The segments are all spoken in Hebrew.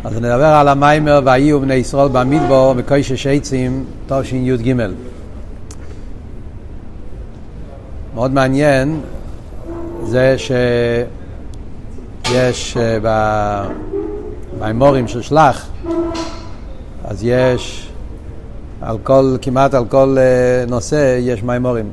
אז נדבר על המיימר והיו בני ישראל במדבר בקושש עצים תשי"ג. מאוד מעניין זה שיש במיימורים של שלח, אז יש כמעט על כל נושא יש מיימורים.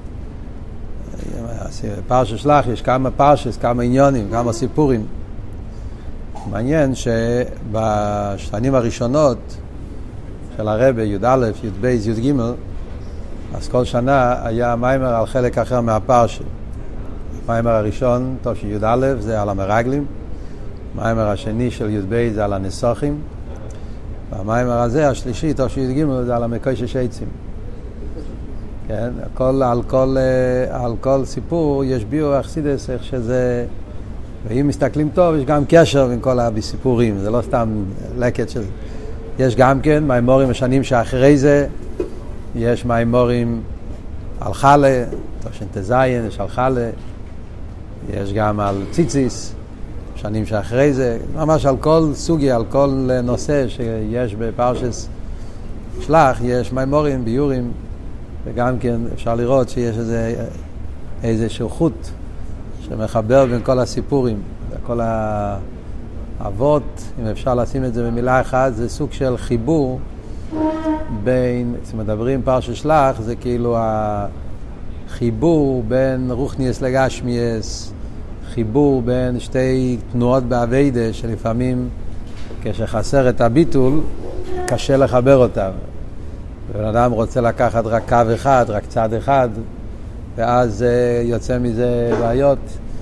פרשת שלח יש כמה פרשת, כמה עניונים, כמה סיפורים. מעניין שבשנים הראשונות של הרבי, י"א, י"ב, י"ג, אז כל שנה היה מיימר על חלק אחר מהפרשה. המיימר הראשון, תשי"א, זה על המרגלים. המיימר השני של י"ב זה על הנסוחים. והמיימר הזה, השלישי, תשי"ג, זה על המקושש עצים. כן, על כל סיפור יש ביור אכסידס, איך שזה, ואם מסתכלים טוב, יש גם קשר בין כל הסיפורים, זה לא סתם לקט של... יש גם כן מיימורים השנים שאחרי זה, יש מיימורים על חלה, תש"ז, יש על חלה, יש גם על ציציס, שנים שאחרי זה, ממש על כל סוגי, על כל נושא שיש בפרשת שלח, יש מיימורים, ביורים, וגם כן אפשר לראות שיש איזשהו חוט שמחבר בין כל הסיפורים, כל האבות, אם אפשר לשים את זה במילה אחת, זה סוג של חיבור בין, כשמדברים פרשת שלח, זה כאילו החיבור בין רוחניאס לגשמיאס, חיבור בין שתי תנועות בעבודה, שלפעמים כשחסר את הביטול, קשה לחבר אותם. ובן אדם רוצה לקחת רק קו אחד, רק צד אחד, ואז יוצא מזה בעיות,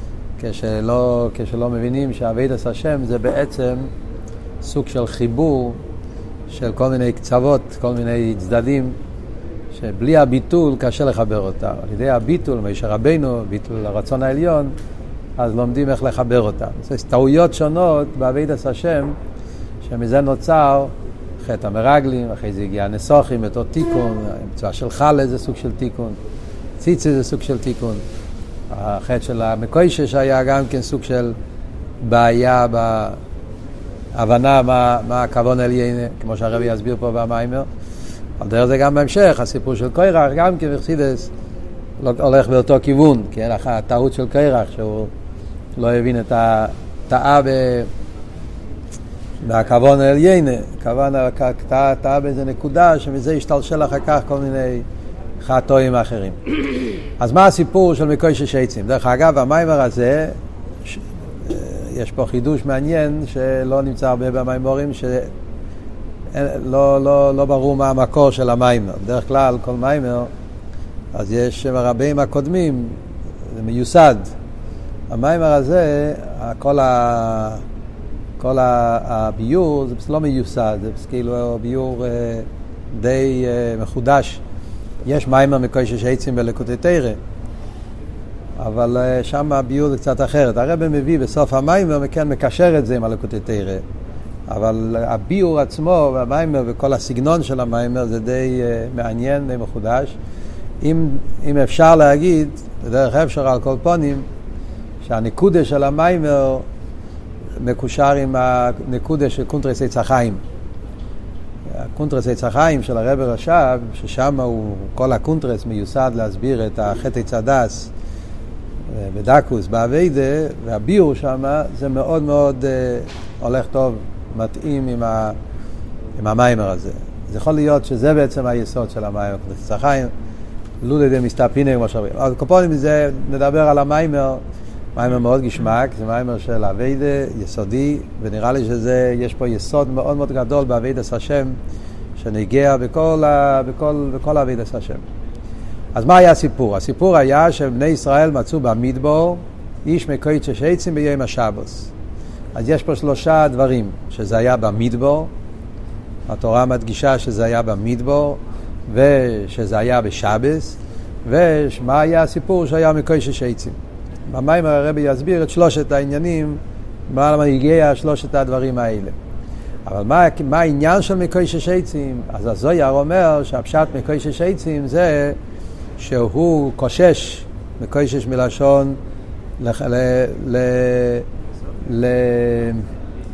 כשלא מבינים שעבודת השם זה בעצם סוג של חיבור של כל מיני קצוות, כל מיני צדדים, שבלי הביטול קשה לחבר אותם. על ידי הביטול, משה רבינו, ביטול הרצון העליון, אז לומדים איך לחבר אותם. זה טעויות שונות בעבודת השם, שמזה נוצר חטא המרגלים, אחרי זה הגיע הנסוחים, אותו תיקון, המצווה של חלה זה סוג של תיקון, ציצי זה סוג של תיקון. החטא של המקושש היה גם כן סוג של בעיה בהבנה מה הכוון עליין, כמו שהרבי יסביר פה במיימר. על דרך זה גם בהמשך, הסיפור של קורח, גם כן בחסידות הולך באותו כיוון, כן, הטעות של קורח, שהוא לא הבין את הטעה והכוון העליין, כוון טעה באיזה נקודה, שמזה ישתלשל אחר כך כל מיני חטאים אחרים. אז מה הסיפור של מקושש עצים? דרך אגב, המיימר הזה, יש פה חידוש מעניין שלא נמצא הרבה במיימורים, לא ברור מה המקור של המיימר. בדרך כלל, כל מיימר, אז יש רבים הקודמים, זה מיוסד. המיימר הזה, כל הביור, זה לא מיוסד, זה כאילו ביור די מחודש. יש מיימר מקושש עצים בליקוטי תורה, אבל שם הביור זה קצת אחרת. הרב מביא בסוף המיימר, וכן מקשר את זה עם הליקוטי תורה. אבל הביור עצמו והמיימר וכל הסגנון של המיימר זה די מעניין, די מחודש. אם אפשר להגיד, בדרך אפשר על כל פונים, שהנקודה של המיימר מקושר עם הנקודה של קונטרס עץ החיים. הקונטרס עץ החיים של הרב רש"ב, ששם הוא, כל הקונטרס מיוסד להסביר את החטא עץ הדס בדקוס, בעבודה, והביור שם זה מאוד מאוד הולך טוב, מתאים עם המיימר הזה. זה יכול להיות שזה בעצם היסוד של המיימר, קונטרס עץ החיים, לא לידי מסתפינם כמו שאומרים. אז קופונים מזה נדבר על המיימר, מיימר מאוד גשמק, זה מיימר של עבודה, יסודי, ונראה לי שזה, יש פה יסוד מאוד מאוד גדול בעבודת השם, שנגיע בכל עבודת השם. אז מה היה הסיפור? הסיפור היה שבני ישראל מצאו במדבר איש מקושש עצים ביום השבוס. אז יש פה 3 דברים, שזה היה במדבר, התורה מדגישה שזה היה במדבר, ושזה היה בשבס, ומה היה הסיפור שהיה מקושש עצים. במיימר הרבי יסביר את 3 העניינים, מה הגיע 3 הדברים האלה. אבל מה העניין של מקושש עצים? אז הזוהר אומר שהפשט מקושש עצים זה שהוא קושש, מקושש מלשון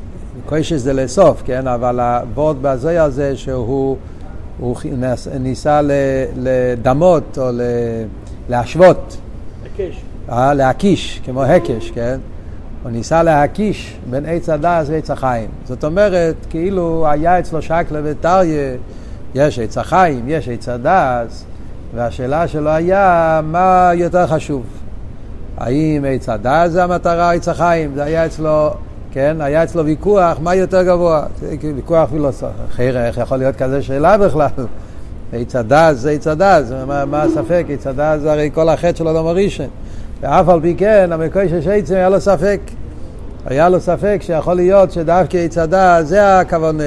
קוישש זה לאסוף, כן? אבל הוורד בזויה הזה שהוא ניסה לדמות או להשוות. הקש. להקיש, כמו הקש, כן? הוא ניסה להקיש בין עץ הדס ועץ החיים. זאת אומרת, כאילו היה אצלו שקלה וטריה, יש עץ החיים, יש עץ הדס, והשאלה שלו היה מה יותר חשוב. האם עץ הדס זה המטרה, עץ החיים? זה היה אצלו, כן? היה אצלו ויכוח, מה יותר גבוה? ויכוח פילוסופי. איך יכול להיות כזה שאלה בכלל? עץ הדס זה עץ הדס, מה הספק? עץ הדס זה הרי כל החטא שלו לא מורישן. ואף על פי כן, המקוישש עצם היה לו ספק. היה לו ספק שיכול להיות שדווקא עץ הדס זה הכוונה,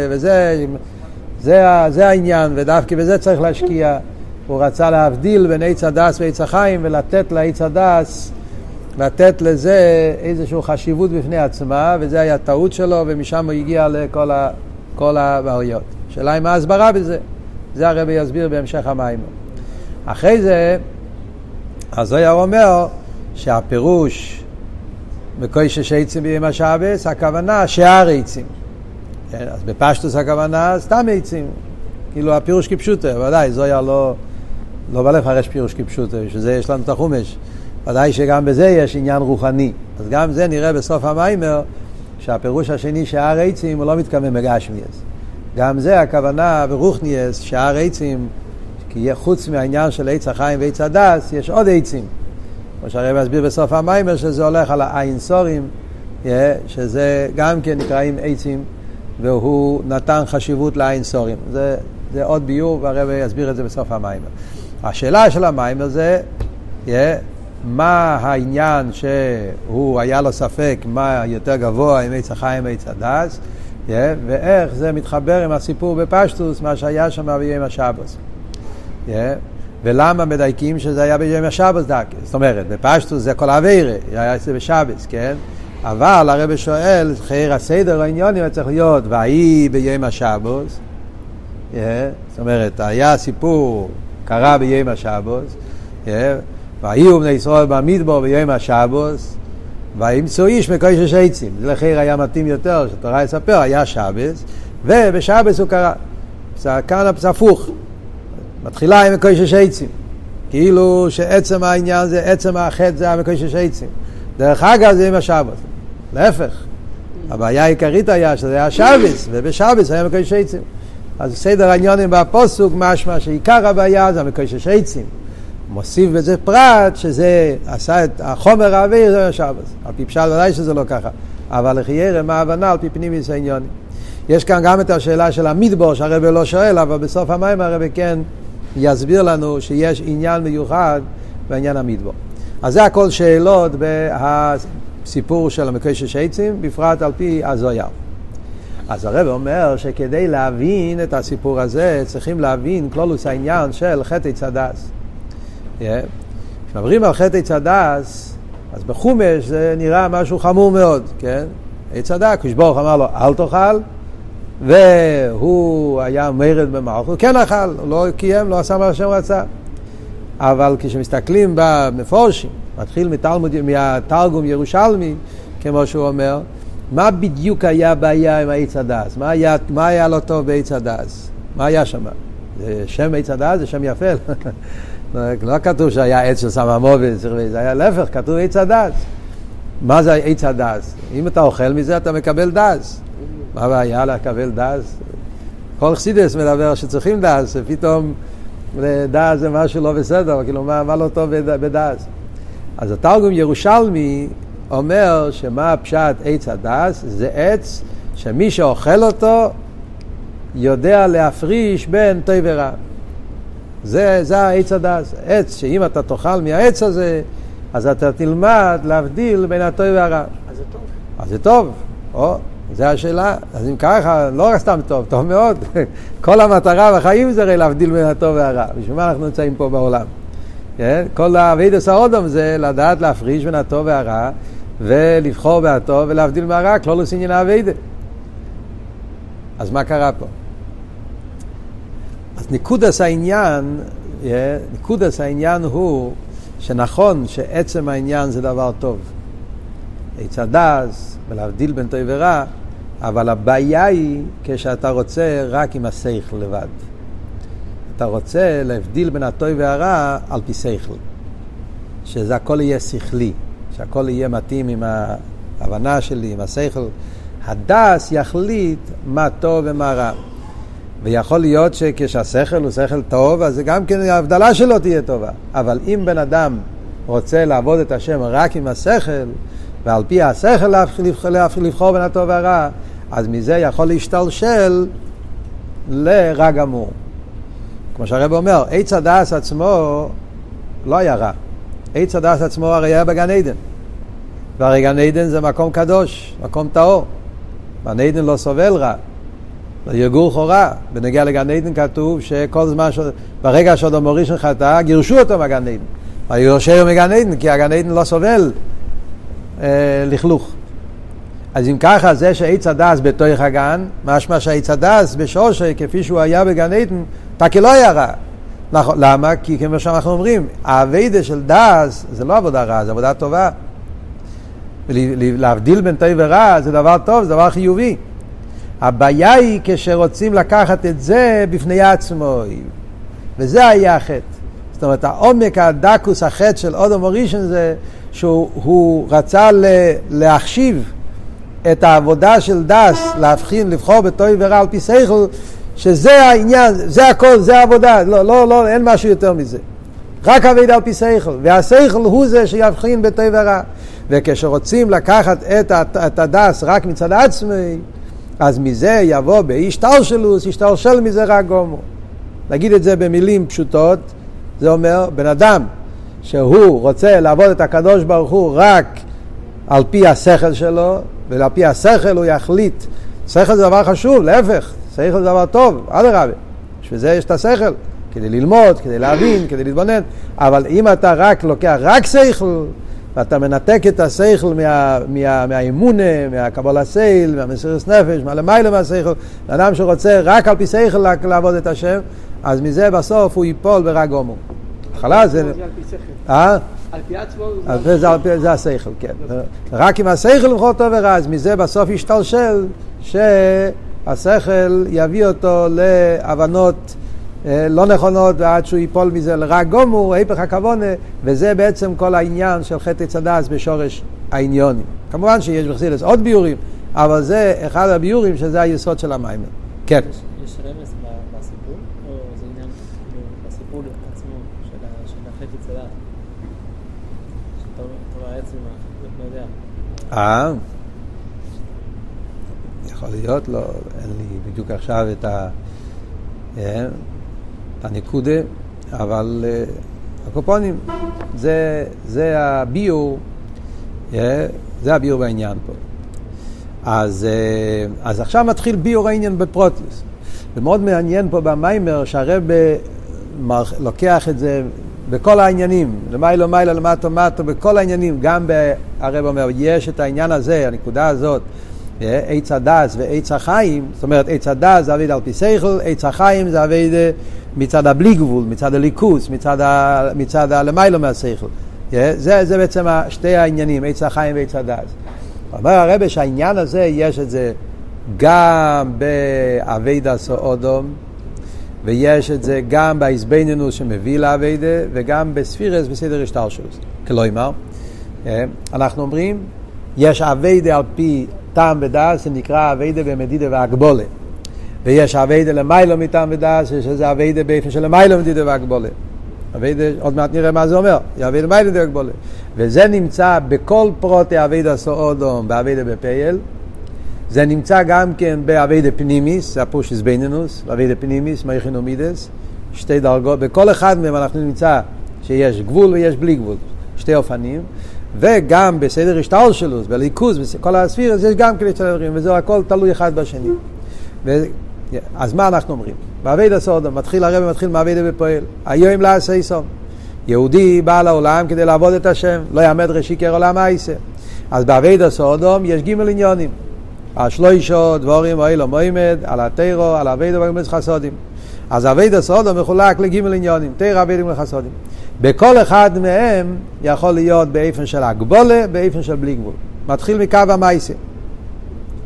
זה העניין, ודווקא בזה צריך להשקיע. הוא רצה להבדיל בין עץ הדס ועץ החיים, ולתת לעץ הדס, לתת לזה איזושהי חשיבות בפני עצמה, וזה היה טעות שלו, ומשם הוא הגיע לכל הבעיות. שאלה מה ההסברה בזה? זה הרבי יסביר בהמשך המים. אחרי זה, אז הוא אומר שהפירוש בקוישש עצים ביום השבס, הכוונה שער עצים. אז בפשטוס הכוונה סתם עצים. כאילו הפירוש כפשוטה, ודאי, זו היה לא בא לפרש פירוש כפשוטה, שזה יש לנו את החומש. ודאי שגם בזה יש עניין רוחני. אז גם זה נראה בסוף המיימר, שהפירוש השני שער עצים הוא לא מתכוון בגשמיאס. גם זה הכוונה ברוחניאס, שער עצים, כי חוץ מהעניין של עץ החיים ועץ הדס, יש עוד עצים. כמו שהרב מסביר בסוף המיימר, שזה הולך על העין סורים, שזה גם כן נקראים עצים, והוא נתן חשיבות לעין סורים. זה עוד ביור, והרב יסביר את זה בסוף המיימר. השאלה של המיימר זה, מה העניין שהוא היה לו ספק, מה יותר גבוה עם עץ החיים ועץ הדס, ואיך זה מתחבר עם הסיפור בפשטוס, מה שהיה שם ביום השבס. ולמה מדייקים שזה היה ביום השבס דקה? זאת אומרת, בפשטוס זה כל העבירה, היה זה בשבס, כן? אבל הרב שואל, חייר הסדר העניונים צריך להיות, והיא ביום השבס, זאת אומרת, היה סיפור, קרה ביום השבס, והיו בני ישראל במדבר ביום השבס, וימצאו איש מקוישש עצים. זה לחיר היה מתאים יותר, שתורה יספר, היה שבס, ובשבס הוא קרא. כאן הפוך. מתחילה עם מקוישש עצים. כאילו שעצם העניין זה, עצם החטא זה המקוישש עצים. דרך אגב זה עם השבס. להפך. הבעיה העיקרית היה שזה היה שבס, ובשבס היה מקוישש עצים. אז סדר העניינים בפסוק משמע שעיקר הבעיה זה המקוישש עצים. מוסיף בזה פרט שזה עשה את החומר העביר זה השבס. על פי פשט ודאי שזה לא ככה. אבל לחיירה מה ההבנה על פי פנימיס העניונים. יש כאן גם את השאלה של המדבר שהרב לא שואל, אבל בסוף המים הרב כן יסביר לנו שיש עניין מיוחד בעניין המדבר. אז זה הכל שאלות בסיפור של המקוישש עצים, בפרט על פי הזויה. אז הרב אומר שכדי להבין את הסיפור הזה צריכים להבין כלולוס העניין של חטא עץ הדס. כשמדברים על חטא עץ הדס, אז בחומש זה נראה משהו חמור מאוד, כן? עץ הדס, הקדוש ברוך אמר לו אל תאכל, והוא היה מרד במערכו, הוא כן אכל, הוא לא קיים, לא עשה מה שהשם רצה. אבל כשמסתכלים במפורשים, מתחיל מהתרגום ירושלמי, כמו שהוא אומר, מה בדיוק היה בעיה עם העץ הדס? מה היה לא טוב בעץ הדס? מה היה שם? זה שם עץ הדס, זה שם יפה. לא כתוב שהיה עץ של סממוביץ, זה היה להפך, כתוב עץ הדס. מה זה עץ הדס? אם אתה אוכל מזה, אתה מקבל דס. מה הבעיה לקבל דס? כל חסידס מדבר שצריכים דס, ופתאום דס זה משהו לא בסדר, כאילו מה לא טוב בדס? אז התרגום ירושלמי אומר שמה הפשט עץ הדס? זה עץ שמי שאוכל אותו יודע להפריש בין טוב ורע. זה העץ הדס. עץ שאם אתה תאכל מהעץ הזה, אז אתה תלמד להבדיל בין הטוב והרע. אז זה טוב. אז זה טוב. זה השאלה. אז אם ככה, לא רק סתם טוב, טוב מאוד. כל המטרה בחיים זה הרי להבדיל בין הטוב והרע. בשביל מה אנחנו נמצאים פה בעולם? כן? כל העבודת האדם זה לדעת להפריש בין הטוב והרע, ולבחור בהטוב ולהבדיל מהרע, כלולוס עניין העבודה. אז מה קרה פה? אז נקודס העניין הוא שנכון שעצם העניין זה דבר טוב. עץ הדס ולהבדיל בין טוב ורע, אבל הבעיה היא כשאתה רוצה רק עם השכל לבד. אתה רוצה להבדיל בין הטוב והרע על פי שכל. שזה הכל יהיה שכלי, שהכל יהיה מתאים עם ההבנה שלי, עם השכל. הדס יחליט מה טוב ומה רע. ויכול להיות שכשהשכל הוא שכל טוב, אז גם כן ההבדלה שלו תהיה טובה. אבל אם בן אדם רוצה לעבוד את השם רק עם השכל, ועל פי השכל לבחור בין הטוב והרע, אז מזה יכול להשתלשל לרע גמור. כמו שהרב אומר, עץ הדס עצמו לא היה רע. עץ הדס עצמו הרי היה בגן עדן. והרי גן עדן זה מקום קדוש, מקום טהור. גן עדן לא סובל רע. לא יגור חורה. בנגיע לגן עדן כתוב שכל זמן ברגע שאדם מוריש חטא, גירשו אותו מהגן עדן. ויגרשהו מגן עדן, כי הגן עדן לא סובל לכלוך. אז אם ככה, זה שעץ הדס בתוך הגן, משמע שעץ הדס בשורשי, כפי שהוא היה בגן עדן, תקי לא היה רע. למה? כי כמו שאנחנו אומרים, העבודה של דס זה לא עבודה רע, זה עבודה טובה. להבדיל בין טוב ורע זה דבר טוב, זה דבר חיובי. הבעיה היא כשרוצים לקחת את זה בפני עצמו, וזה היה החטא. זאת אומרת, העומק הדקוס החטא של אדם הראשון זה שהוא רצה להחשיב את העבודה של דס, להבחין, לבחור בטוב ורע על פי שכל, שזה העניין, זה הכל, זה העבודה, לא, אין משהו יותר מזה. רק עבודה על פי שכל, והשכל הוא זה שיבחין בטוב ורע. וכשרוצים לקחת את הדס רק מצד עצמי, אז מזה יבוא בהשתלשלות, ישתלשל מזה רע גמור. להגיד את זה במילים פשוטות, זה אומר, בן אדם שהוא רוצה לעבוד את הקדוש ברוך הוא רק על פי השכל שלו, ועל פי השכל הוא יחליט. שכל זה דבר חשוב, להפך, שכל זה דבר טוב, אדרבה. בשביל זה יש את השכל, כדי ללמוד, כדי להבין, כדי להתבונן. אבל אם אתה רק לוקח רק שכל, ואתה מנתק את השכל מהאמונה, מהקבלה סייל, מהמסירות נפש, מהלמעלה מהשכל, אדם שרוצה רק על פי שכל לעבוד את השם, אז מזה בסוף הוא ייפול ברע גמור. התחלה זה... על פי שכל. על פי עצמו... זה השכל, כן. רק עם השכל לבחור טוב ורע, אז מזה בסוף ישתלשל שהשכל יביא אותו להבנות לא נכונות, ועד שהוא ייפול מזה לרע גמור, היפך הכוונה, וזה בעצם כל העניין של חטא עץ הדס בשורש העניונים. כמובן שיש בחסידות עוד ביורים, אבל זה אחד הביורים שזה היסוד של המיימר. כן. יש רמז בסיפור, או זה עניין בסיפור עצמו של החטא עץ הדס? שתורה עצמה, לא יודע. יכול להיות, לא, אין לי בדיוק עכשיו את הנקודה, אבל הקופונים, זה הביור, זה הביור בעניין פה. אז עכשיו מתחיל ביור העניין בפרוטיוס. ומאוד מעניין פה במיימר שהרב לוקח את זה בכל העניינים, למיילו מיילו, למטו מטו, בכל העניינים. גם הרב אומר, יש את העניין הזה, הנקודה הזאת, עץ הדס ועץ החיים. זאת אומרת, עץ הדס זה עבד על פי שכל, עץ החיים זה עבד מצד הבלי גבול, מצד הליכוס, מצד הלמיילו מהשכל. זה בעצם שתי העניינים, עץ החיים ועץ הדס. אומר הרב שהעניין הזה יש את זה גם בעבודת אודום, ויש את זה גם בהסבינינוס שמביא לעבודה, וגם בספירס בסדר השתלשלות. כלומר, אנחנו אומרים, יש עבודה על פי טעם ודס, שנקרא עבודה במדידה והגבולה. ויש עבודה למיילו מטעם ודס, שזה עבודה באופן של למיילו מדידה והגבולה. עבודה, עוד מעט נראה מה זה אומר, עבודה למיילו מדידה והגבולה. וזה נמצא בכל פרוטי עבודת אודום, בעבודה בפייל. זה נמצא גם כן בעבודה פנימיס, זה הפוש הסבינינוס, עבודה פנימיס, מייכין ומידס, שתי דרגות. בכל אחד מהם אנחנו נמצא שיש גבול ויש בלי גבול, שתי אופנים. וגם בסדר השתלשלות, בליכוז, בכל הספירס, יש גם כאלה דברים, וזה הכל תלוי אחד בשני. אז מה אנחנו אומרים? בעבודת אודום, הרב מתחיל מעבודה בפועל. היום לעשה סום. יהודי בא לעולם כדי לעבוד את השם, לא יעמד ראשי כעולם העשה. אז בעבודת אודום יש ג' עניונים. השלושה דברים האלה מועמד, על התורה, על העבודה ובגמל חסודים. אז עבודת אודום מחולק לג' עניונים, תורה, עבודה ובגמל חסודים. בכל אחד מהם יכול להיות באופן של הגבולה, באופן של בלי גבול. מתחיל מקו המעשה.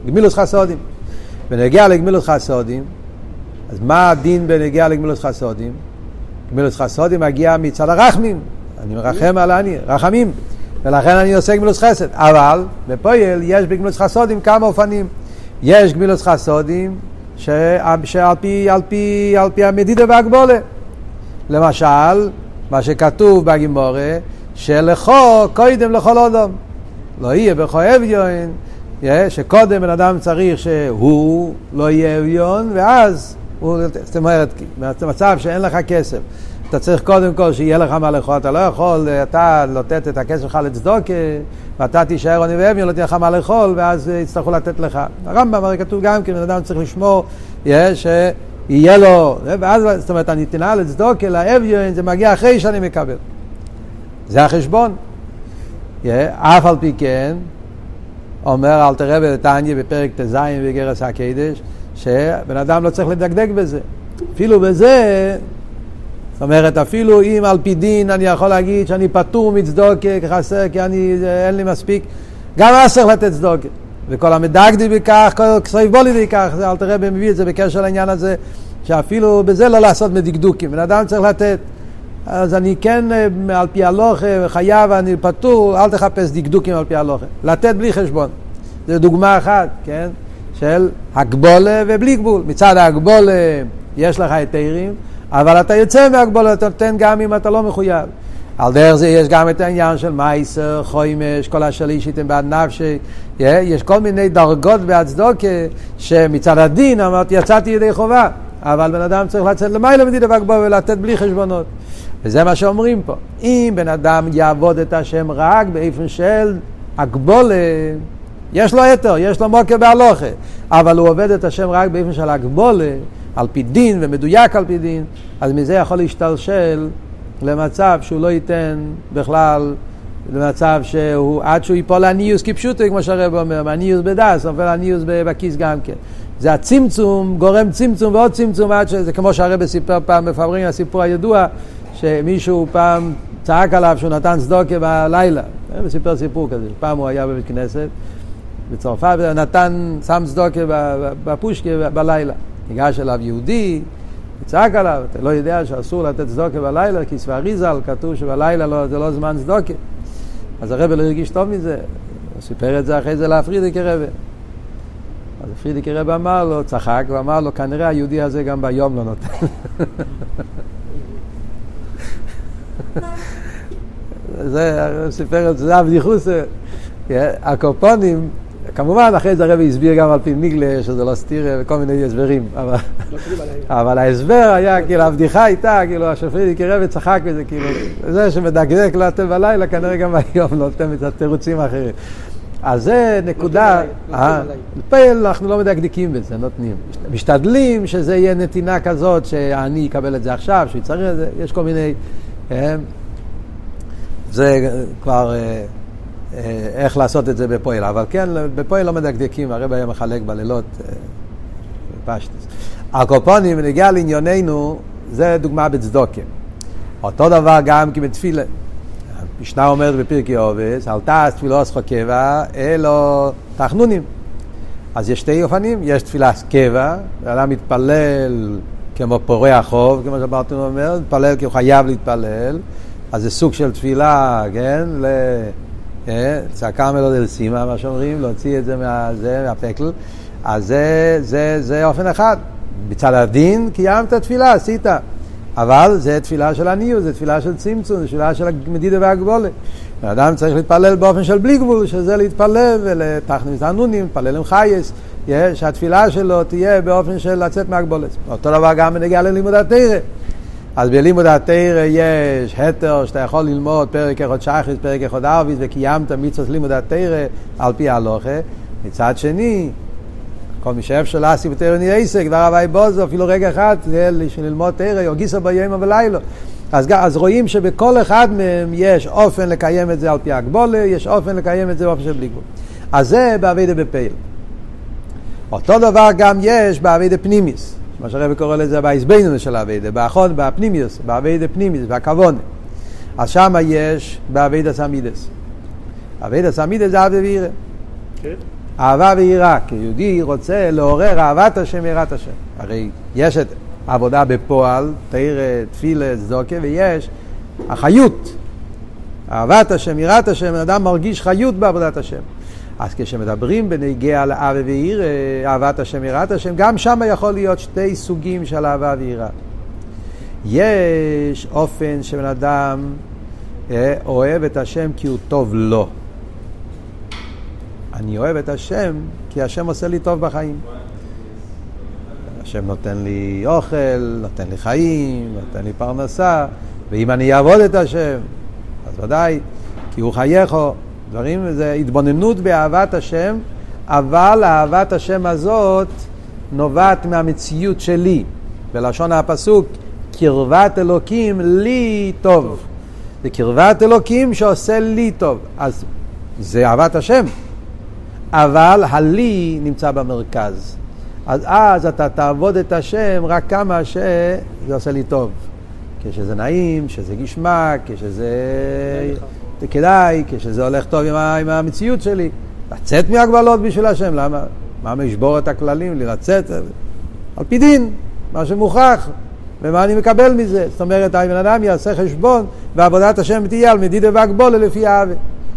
גמילוס חסודים. בנגיע לגמילוס חסודים, אז מה הדין בנגיע לגמילוס חסודים? גמילוס חסודים מגיע מצד הרחמים. אני מרחם על אני, רחמים. ולכן אני עושה גמילוס חסד. אבל בפועל יש בגמילוס חסודים כמה אופנים. יש גמילוס חסודים שעל פי המדידה והגבולה. למשל, מה שכתוב בגימורה, שלכו קודם לכל אדם. לא יהיה בכו אביון, שקודם בן אדם צריך שהוא לא יהיה אביון, ואז זאת אומרת, במצב שאין לך כסף, אתה צריך קודם כל שיהיה לך מה לאכול, אתה לא יכול, אתה לתת את הכסף שלך לצדוקה, ואתה תישאר עני ואביון, לא תהיה לך מה לאכול, ואז יצטרכו לתת לך. הרמב"ם הרי כתוב גם כי בן אדם צריך לשמור, שיהיה לו, ואז זאת אומרת, הנתינה לצדוקה, לאביון, זה מגיע אחרי שאני מקבל. זה החשבון. אף על פי כן, אומר אלתר רבי בתניא בפרק ט"ז בגרס הקדש, שבן אדם לא צריך לדקדק בזה. אפילו בזה, זאת אומרת, אפילו אם על פי דין אני יכול להגיד שאני פטור מצדוקה כחסר, כי אין לי מספיק, גם אז צריך לתת צדוקה. וכל המדקדק בכך, כל כסריף בולי בכך, אלתר רבי מביא את זה בקשר לעניין הזה, שאפילו בזה לא לעשות מדקדוקים. בן אדם צריך לתת. אז אני כן, על פי הלוכה, חייב, אני פטור, אל תחפש דקדוקים על פי הלוכה. לתת בלי חשבון. זו דוגמה אחת, כן? של הגבולה ובלי גבול. מצד הגבולה יש לך היתרים, אבל אתה יוצא מהגבולה, אתה נותן גם אם אתה לא מחויב. על דרך זה יש גם את העניין של מייסר, חוימש, כל השלישיתם בעד נפשי. יש כל מיני דרגות בהצדוקה, שמצד הדין אמרתי, יצאתי ידי חובה. אבל בן אדם צריך לצאת למעלה מדידה והגבולה ולתת בלי חשבונות. וזה מה שאומרים פה. אם בן אדם יעבוד את השם רק באופן של הגבולה, יש לו יתר, יש לו מוקר בהלוכה, אבל הוא עובד את השם רק באופן של הגבולה, על פי דין ומדויק על פי דין, אז מזה יכול להשתלשל למצב שהוא לא ייתן בכלל, למצב שהוא עד שהוא ייפול הניוס כפשוטו, כמו שהרב אומר, הניוס בדס, נופל הניוס בכיס גם כן. זה הצמצום, גורם צמצום ועוד צמצום, עד שזה כמו שהרב סיפר פעם בפברינג, הסיפור הידוע, שמישהו פעם צעק עליו שהוא נתן צדוקה בלילה. הוא סיפר סיפור כזה, פעם הוא היה בבית כנסת בצרפת ונתן, שם צדוקה בפושקה בלילה. ניגש אליו יהודי, צעק עליו, אתה לא יודע שאסור לתת צדוקה בלילה, כי ספר ריזל כתוב שבלילה זה לא זמן צדוקה. אז הרב לא הרגיש טוב מזה, הוא סיפר את זה אחרי זה להפרידיקי רב. אז הפרידיקי רב אמר לו, צחק ואמר לו, כנראה היהודי הזה גם ביום לא נותן. זה סיפר את זה, זה הבדיחוס. הקופונים, כמובן אחרי זה הרב הסביר גם על פי מיגלה שזה לא סתיר וכל מיני הסברים, אבל ההסבר היה, כאילו הבדיחה הייתה, כאילו השפרידי כרב צחק וזה, כאילו זה שמדקדק לתת בלילה כנראה גם היום נותן את התירוצים האחרים. אז זה נקודה, לפעמים אנחנו לא מדקדקים בזה, נותנים, משתדלים שזה יהיה נתינה כזאת שאני אקבל את זה עכשיו, שיצטרך את זה, יש כל מיני, זה כבר איך לעשות את זה בפועל, אבל כן, בפועל לא מדקדקים, הרב היה מחלק בלילות פשטס. הקופונים, נגיע לענייננו, זה דוגמה בצדוקה. אותו דבר גם כבתפילה. משנה אומרת בפרקי אובס, אל תעש תפילה עשך קבע, אלו תחנונים. אז יש שתי אופנים, יש תפילה קבע, אדם מתפלל כמו פורע חוב, כמו שברטון אומר, מתפלל כי הוא חייב להתפלל, אז זה סוג של תפילה, כן, צעקה מלודל סימה, מה שאומרים, להוציא את זה מהפקל, אז זה אופן אחד. בצד הדין קיימת תפילה, עשית, אבל זה תפילה של עניות, זה תפילה של צמצום, זה תפילה של המדידה והגבולה. האדם צריך להתפלל באופן של בלי גבול, שזה להתפלל ולתכנית ענונים, להתפלל עם חייס, שהתפילה שלו תהיה באופן של לצאת מהגבולת. אותו דבר גם בנגיע ללימוד התורה. אז בלימוד התורה יש היתר שאתה יכול ללמוד פרק אחד שחרית, פרק אחד ערבית, וקיימת מצוות לימוד התורה על פי ההלכה. מצד שני, כל מי שאפשר לעשות בתורה נהיה עסק, דבר הווי בוזו, אפילו רגע אחד, זה ללמוד תורה, או גיסה ביום ולילה. אז רואים שבכל אחד מהם יש אופן לקיים את זה על פי הגבולה, יש אופן לקיים את זה באופן של בלי גבול. אז זה בעבודה בפעיל. אותו דבר גם יש בעבודה פנימיס. מה שהרב קורא לזה בהסבינון של העבודה, באחוד, בפנימיוס, בעבודה פנימיוס, בכוונה. אז שם יש בעבודה סמידס. עבודה סמידס זה עבודה וירא. אהבה ויראה, כי יהודי רוצה לעורר אהבת השם יראת השם. הרי יש את העבודה בפועל, תאיר, תפילה, צדוקה, ויש החיות. אהבת השם יראת השם, אדם מרגיש חיות בעבודת השם. אז כשמדברים בנגיע לאהבה ויראה, אהבת השם יראת השם, גם שם יכול להיות שתי סוגים של אהבה ויראה. יש אופן שבן אדם אוהב את השם כי הוא טוב לו. אני אוהב את השם כי השם עושה לי טוב בחיים. השם נותן לי אוכל, נותן לי חיים, נותן לי פרנסה, ואם אני אעבוד את השם, אז ודאי, כי הוא חייכו, דברים, זה התבוננות באהבת השם, אבל אהבת השם הזאת נובעת מהמציאות שלי. בלשון הפסוק, קרבת אלוקים לי טוב. זה קרבת אלוקים שעושה לי טוב. אז זה אהבת השם. אבל הלי נמצא במרכז. אז אתה תעבוד את השם רק כמה שזה עושה לי טוב. כשזה נעים, כשזה גשמק, כשזה כדאי, כשזה הולך טוב עם המציאות שלי. לצאת מהגבלות בשביל השם. למה? מה משבור את הכללים? לצאת על פי דין, מה שמוכרח. ומה אני מקבל מזה? זאת אומרת, האם בן אדם יעשה חשבון, ועבודת השם תהיה על מדידה והגבולה לפי האהבה.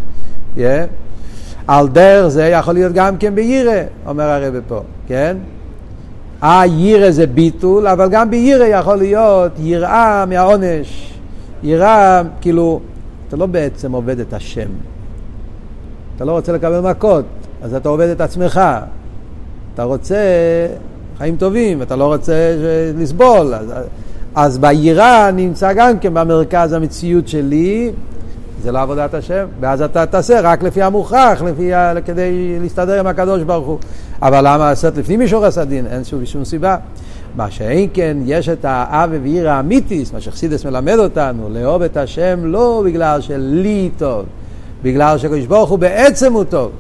על דרך זה יכול להיות גם כן בירא, אומר הרב פה, כן? ירא זה ביטול, אבל גם בירא יכול להיות יראה מהעונש. יראה, כאילו, אתה לא בעצם עובד את השם. אתה לא רוצה לקבל מכות, אז אתה עובד את עצמך. אתה רוצה חיים טובים, אתה לא רוצה לסבול. אז ביראה נמצא גם כן במרכז המציאות שלי, זה לא עבודת השם, ואז אתה תעשה רק לפי המוכרח, כדי להסתדר עם הקדוש ברוך הוא. אבל למה לעשות לפני מישור הסדין? אין שום סיבה. מה שאין כן, יש את האהבה ויראה האמיתית, מה שחסידס מלמד אותנו, לאהוב את השם לא בגלל שלי טוב, בגלל שקדוש ברוך הוא בעצם הוא טוב.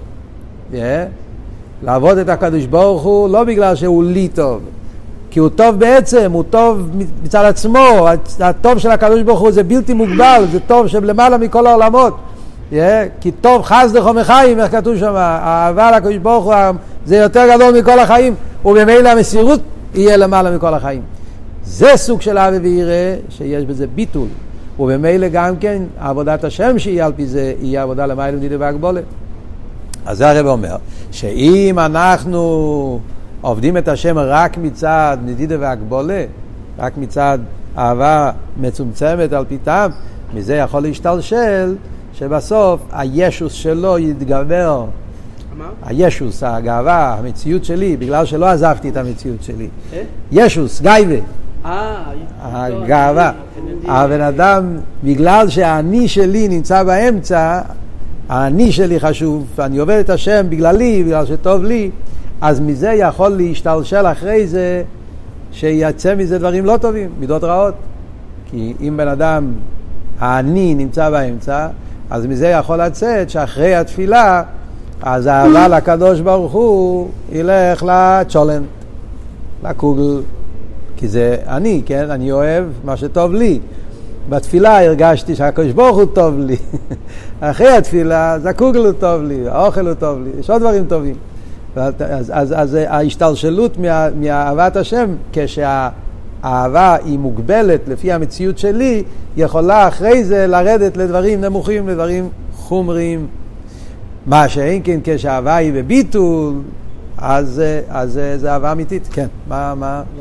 לעבוד את הקדוש ברוך הוא לא בגלל שהוא לי טוב, כי הוא טוב בעצם, הוא טוב מצד עצמו. הטוב של הקדוש ברוך הוא זה בלתי מוגבל, זה טוב שלמעלה מכל העולמות. כי טוב חסדך ומחיים, איך כתוב שם, האהבה לקדוש ברוך הוא זה יותר גדול מכל החיים, ובמילא המסירות יהיה למעלה מכל החיים. זה סוג של אהבה ויראה שיש בזה ביטול, ובמילא גם כן עבודת השם שיהיה על פי זה, יהיה עבודה למעלה מדידה והגבולה. אז זה הרב אומר, שאם אנחנו עובדים את השם רק מצד נדידה והגבולה, רק מצד אהבה מצומצמת על פי טעם, מזה יכול להשתלשל שבסוף הישוס שלו יתגבר. הישוס, הגאווה, המציאות שלי, בגלל שלא עזבתי את המציאות שלי. ישוס, גייבה. הגאווה. הבן אדם, בגלל שהאני שלי נמצא באמצע, האני שלי חשוב, אני עובד את השם בגללי, בגלל שטוב לי, אז מזה יכול להשתלשל אחרי זה, שיצא מזה דברים לא טובים, מידות רעות. כי אם בן אדם, האני נמצא באמצע, אז מזה יכול לצאת שאחרי התפילה, אז האהבה לקדוש ברוך הוא ילך לצ'ולן, לקוגל, כי זה אני, כן? אני אוהב מה שטוב לי. בתפילה הרגשתי שהקדוש ברוך הוא טוב לי. אחרי התפילה, אז הקוגל הוא טוב לי, האוכל הוא טוב לי, יש עוד דברים טובים. אז ההשתלשלות מאהבת השם, כשהאהבה היא מוגבלת לפי המציאות שלי, יכולה אחרי זה לרדת לדברים נמוכים, לדברים חומריים. מה שאין כן כשהאהבה היא בביטול, אז זה אהבה אמיתית. כן, מה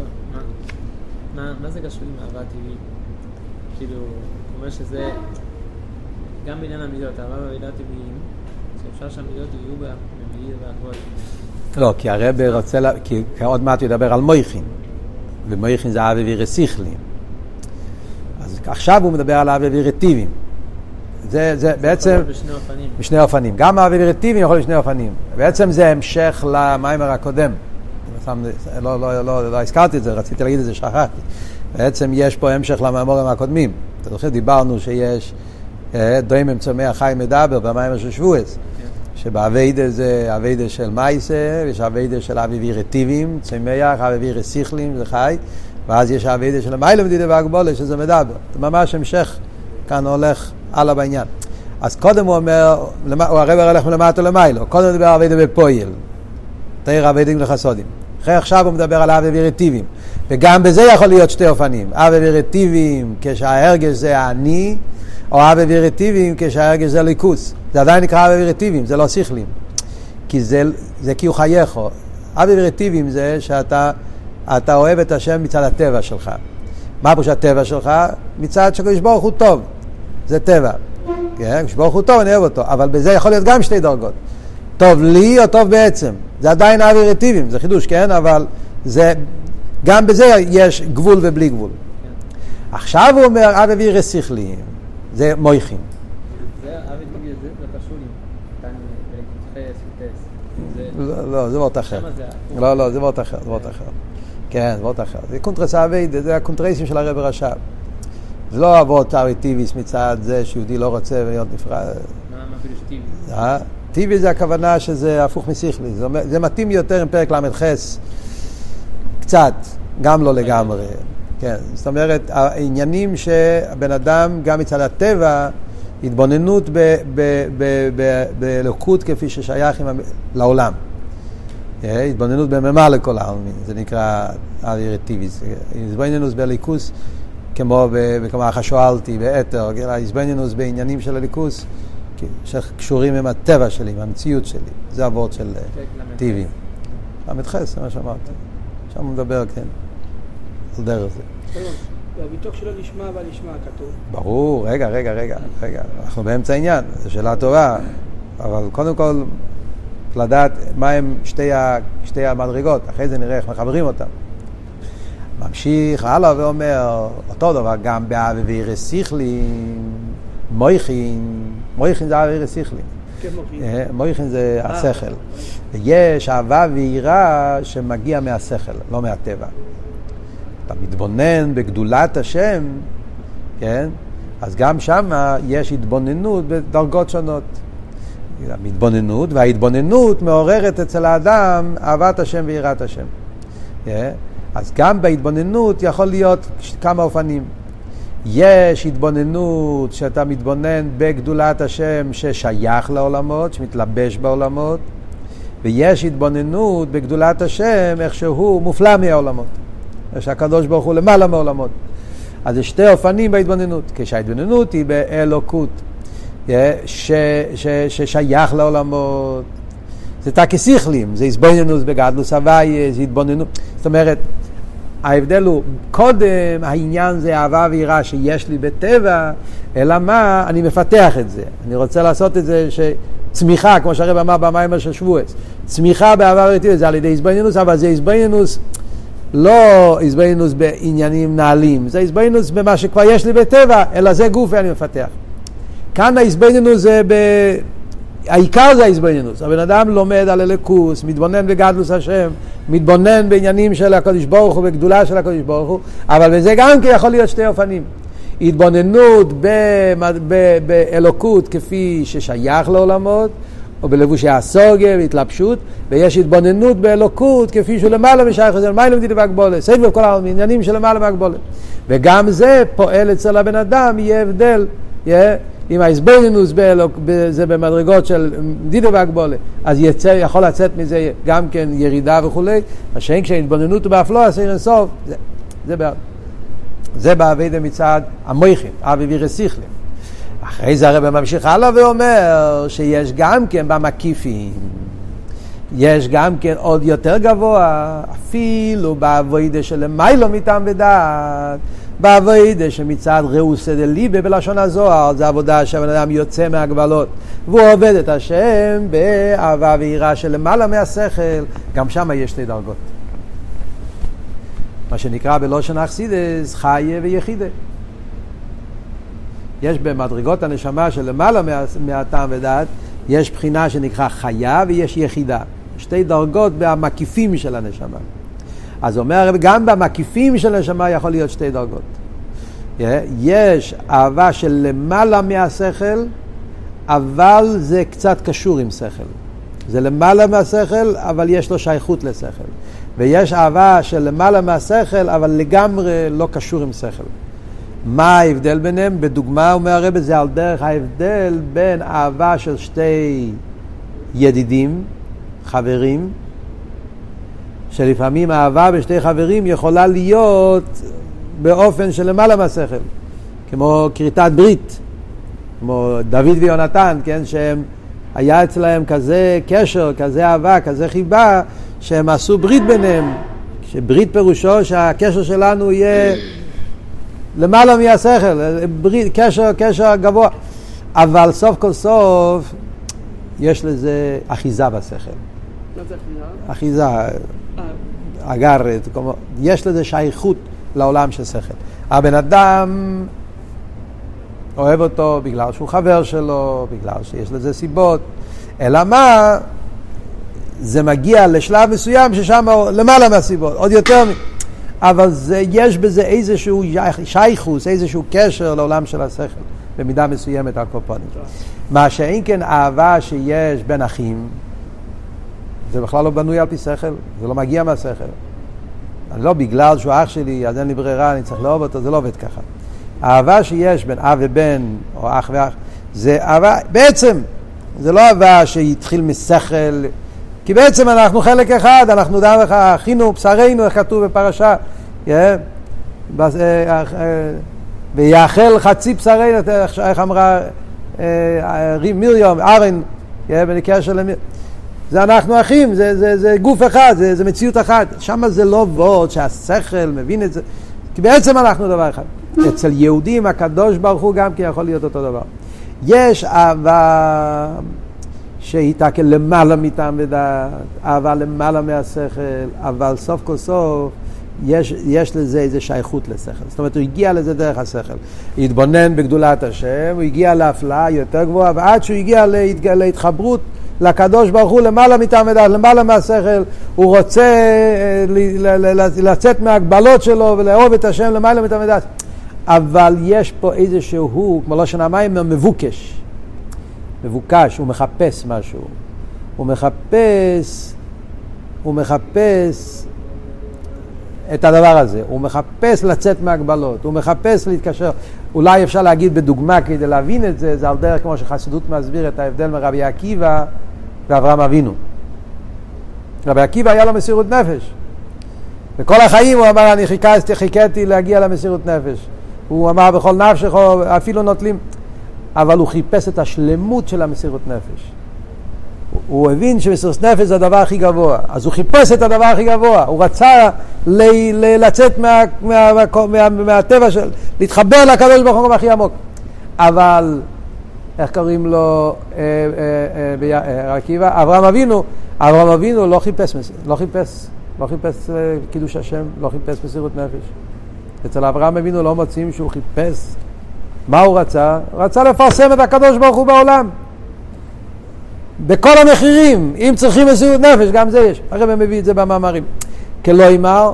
זה קשור עם אהבה טבעית? כאילו, אומר שזה גם בעניין המידות, אהבה והמידות טבעיים, שאפשר שהמידות יהיו במעיל והגבול. לא, כי הרב רוצה, כי עוד מעט ידבר על מויכין, ומויכין זה אהבה ויראה שכליים. אז עכשיו הוא מדבר על אהבה ויראה טבעיים. זה בעצם בשני אופנים. גם אהבה ויראה טבעיים יכול בשני אופנים. בעצם זה המשך למיימר הקודם. לא הזכרתי את זה, רציתי להגיד את זה, שכחתי. בעצם יש פה המשך למיימורים הקודמים. אתה זוכר, דיברנו שיש דוימם צומח חי מדבר במיימר של שבועס. שבאביידה זה אביידה של מייסה, ויש אביידה של אהבה ויראה טבעיים, צומח, אהבה ויראה שכליים, זה חי. ואז יש אביידה של מיילה מדידה והגבולה, שזה מדבר. זה ממש המשך כאן הולך הלאה בעניין. אז קודם הוא אומר, הרב הולך מלמטה למיילו, קודם הוא מדבר על עבודה בפועל, תאיר עבדים לחסודים. אחרי עכשיו הוא מדבר על עבודה ורטיבים. וגם בזה יכול להיות שתי אופנים. עבודה ורטיבים כשההרגש זה האני, או עבודה ורטיבים כשההרגש זה ליכוס. זה עדיין נקרא עבודה ורטיבים, זה לא שכלים. כי זה כי הוא חייך. עבודה ורטיבים זה שאתה אוהב את השם מצד הטבע שלך. מה פשוט הטבע שלך? מצד שקדוש ברוך הוא טוב. זה טבע. קדוש ברוך הוא טוב, אני אוהב אותו. אבל בזה יכול להיות גם שתי דרגות. טוב לי או טוב בעצם. זה עדיין עבודה ורטיבים, זה חידוש, כן? אבל זה, גם בזה יש גבול ובלי גבול. עכשיו הוא אומר, עבודה ורשכלים. זה מויכין. זה עבודה ורשכלים, זה קשור עם לא, זה וורט אחר. לא, זה וורט אחר, כן, זה וורט אחר. זה קונטרס עבודה, זה הקונטרסים של הרב רש"ב. זה לא עבוד טבעי מצד זה שיהודי לא רוצה להיות נפרד. מה אפילו שטיבי? טבעי זה הכוונה שזה הפוך משכלי. זה מתאים יותר עם פרק למד חס. קצת, גם לא לגמרי. כן, זאת אומרת, העניינים שהבן אדם גם מצד הטבע, התבוננות באלוקות כפי ששייך לעולם. התבוננות בממה לכל העלמין. זה נקרא עבודה טבעי. התבוננות באליקוס כמו החשואלתי, באתר, הסבנינוס בעניינים של הליכוס, שקשורים עם הטבע שלי, עם המציאות שלי. זה עבוד של טבעי. המתחס, זה מה שאמרתי. שם הוא מדבר, כן, על דרך זה. והביטוח שלו נשמע והנשמע כתוב. ברור, רגע. אנחנו באמצע העניין, זו שאלה טובה, אבל קודם כל, לדעת מה הם שתי המדרגות, אחרי זה נראה איך מחברים אותם. ממשיך הלאה ואומר, אותו דבר גם בעבודה ורשכלים, מויכין זה עבודה ורשכלים. מויכין זה השכל. יש אהבה ויראה שמגיע מהשכל, לא מהטבע. אתה מתבונן בגדולת השם, כן? אז גם שם יש התבוננות בדרגות שונות. המתבוננות וההתבוננות מעוררת אצל האדם אהבת השם ויראת השם. אז גם בהתבוננות יכול להיות כמה אופנים. יש התבוננות שאתה מתבונן בגדולת השם ששייך לעולמות, שמתלבש בעולמות, ויש התבוננות בגדולת השם איך שהוא מופלא מהעולמות, שהקדוש ברוך הוא למעלה מהעולמות. אז יש שתי אופנים בהתבוננות. כשההתבוננות היא באלוקות ששייך לעולמות, זה תקסיכלים, זה הסבוננות בגדלוס הוויה, זה התבוננות. זאת אומרת, ההבדל הוא, קודם העניין זה אהבה ויראה שיש לי בטבע, אלא מה? אני מפתח את זה. אני רוצה לעשות את זה צמיחה, כמו שהרב אמר במאמר של שבועס. צמיחה באהבה ויראה, זה על ידי הסבוננות, אבל זה הסבוננות, לא הסבוננות בעניינים נעלים, זה הסבוננות במה שכבר יש לי בטבע, אלא זה גוף ואני מפתח. כאן ההסבוננות זה העיקר זה ההסבוננות. הבן אדם לומד על אלוקות, מתבונן בגדלוס השם, מתבונן בעניינים של הקדוש ברוך הוא, בגדולה של הקדוש ברוך הוא, אבל בזה גם כן יכול להיות שתי אופנים. התבוננות באלוקות כפי ששייך לעולמות, או בלבושי הסוגיה והתלבשות, ויש התבוננות באלוקות כפי שהוא למעלה משייך לזה, למעלה מדידי והגבולת, סביב כל העניינים של למעלה והגבולת. וגם זה פועל אצל הבן אדם, יהיה הבדל, אם ההסבוננות זה במדרגות של דידו והגבולה, אז יכול לצאת מזה גם כן ירידה וכולי, השאין כשהתבוננות הוא באפלו, עשיר אינסוף, זה בעבודה מצד המויכין, עבודה ורשכלים. אחרי זה הרב ממשיך הלאה ואומר שיש גם כן במקיפים, יש גם כן עוד יותר גבוה, אפילו בעבודה של מיילו מטעם ודעת, בעבודה שמצד ראוס דליבה בלשון הזוהר, זה עבודה שהבן אדם יוצא מהגבלות והוא עובד את השם באהבה ויראה של למעלה מהשכל. גם שם יש שתי דרגות, מה שנקרא בלושן אכסידס חיה ויחידה. יש במדרגות הנשמה של למעלה מהטעם ודעת, יש בחינה שנקרא חיה ויש יחידה, שתי דרגות במקיפים של הנשמה. אז אומר גם במקיפים של הנשמה יכול להיות שתי דרגות. יש אהבה של למעלה מהשכל, אבל זה קצת קשור עם שכל. זה למעלה מהשכל, אבל יש לו שייכות לשכל. ויש אהבה של למעלה מהשכל, אבל לגמרי לא קשור עם שכל. מה ההבדל ביניהם? בדוגמה הוא מערב את זה על דרך ההבדל בין אהבה של שתי ידידים, חברים, שלפעמים אהבה בשתי חברים יכולה להיות באופן של למעלה מהשכל, כמו כריתת ברית, כמו דוד ויונתן, כן, שהם היה אצלהם כזה קשר, כזה אהבה, כזה חיבה, שהם עשו ברית ביניהם, שברית פירושו שהקשר שלנו יהיה למעלה מהשכל, ברית, קשר גבוה, אבל סוף כל סוף יש לזה אחיזה בשכל. מה זה אחיזה? אחיזה, אגרת, יש לזה שייכות לעולם של שכל. הבן אדם אוהב אותו בגלל שהוא חבר שלו, בגלל שיש לזה סיבות, אלא מה? זה מגיע לשלב מסוים ששם למעלה מהסיבות, עוד יותר, אבל יש בזה איזשהו שייכוס, איזשהו קשר לעולם של השכל, במידה מסוימת על קופונים. מה שאין כן אהבה שיש בין אחים, זה בכלל לא בנוי על פי שכל, זה לא מגיע מהשכל. לא בגלל שהוא אח שלי, אז אין לי ברירה, אני צריך לאהוב אותו, זה לא עובד ככה. האהבה שיש בין אב ובן, או אח ואח, זה אהבה, בעצם, זה לא אהבה שהתחיל משכל, כי בעצם אנחנו חלק אחד, אנחנו דם לך, אחינו, בשרנו, איך כתוב בפרשה, ויאכל חצי בשרנו, איך אמרה מרים, ארן, בנקרא של מרים, זה אנחנו אחים, זה גוף אחד, זה מציאות אחת, שם זה לא ווד שהשכל מבין את זה, כי בעצם אנחנו דבר אחד. אצל יהודים הקדוש ברוך הוא גם כי יכול להיות אותו דבר. יש אהבה שהיא תקל למעלה מטעם ודעת, אהבה למעלה מהשכל, אבל סוף כל סוף יש לזה איזה שייכות לשכל. זאת אומרת, הוא הגיע לזה דרך השכל. התבונן בגדולת השם, הוא הגיע להפלאה יותר גבוהה, ועד שהוא הגיע להתחברות לקדוש ברוך הוא למעלה מטעם ודעת, למעלה מהשכל, הוא רוצה לצאת מהגבלות שלו ולאהוב את השם למעלה מטעם ודעת. אבל יש פה איזשהו, כמו לא שנאמיים, מבוקש, הוא מחפש משהו. הוא מחפש את הדבר הזה. הוא מחפש לצאת מהגבלות. הוא מחפש להתקשר. אולי אפשר להגיד בדוגמה כדי להבין את זה, זה על דרך כמו שחסידות מסביר את ההבדל מרבי עקיבא ואברהם אבינו. רבי עקיבא היה לו מסירות נפש. בכל החיים הוא אמר, אני חיכיתי להגיע למסירות נפש. הוא אמר בכל נפשך, אפילו נוטלים, אבל הוא חיפש את השלמות של המסירות נפש. הוא הבין שמסירות נפש זה הדבר הכי גבוה, אז הוא חיפש את הדבר הכי גבוה, הוא רצה לצאת מהטבע של, להתחבר לקדוש ברוך הוא הכי עמוק. אבל, איך קוראים לו עקיבא? אברהם אבינו לא חיפש קידוש השם, לא חיפש מסירות נפש. אצל אברהם אבינו לא מוצאים שהוא חיפש. מה הוא רצה? רצה לפרסם את הקדוש ברוך הוא בעולם. בכל המחירים, אם צריכים מסירות נפש, גם זה יש. הרי הם מביא את זה במאמרים. כלא אמר,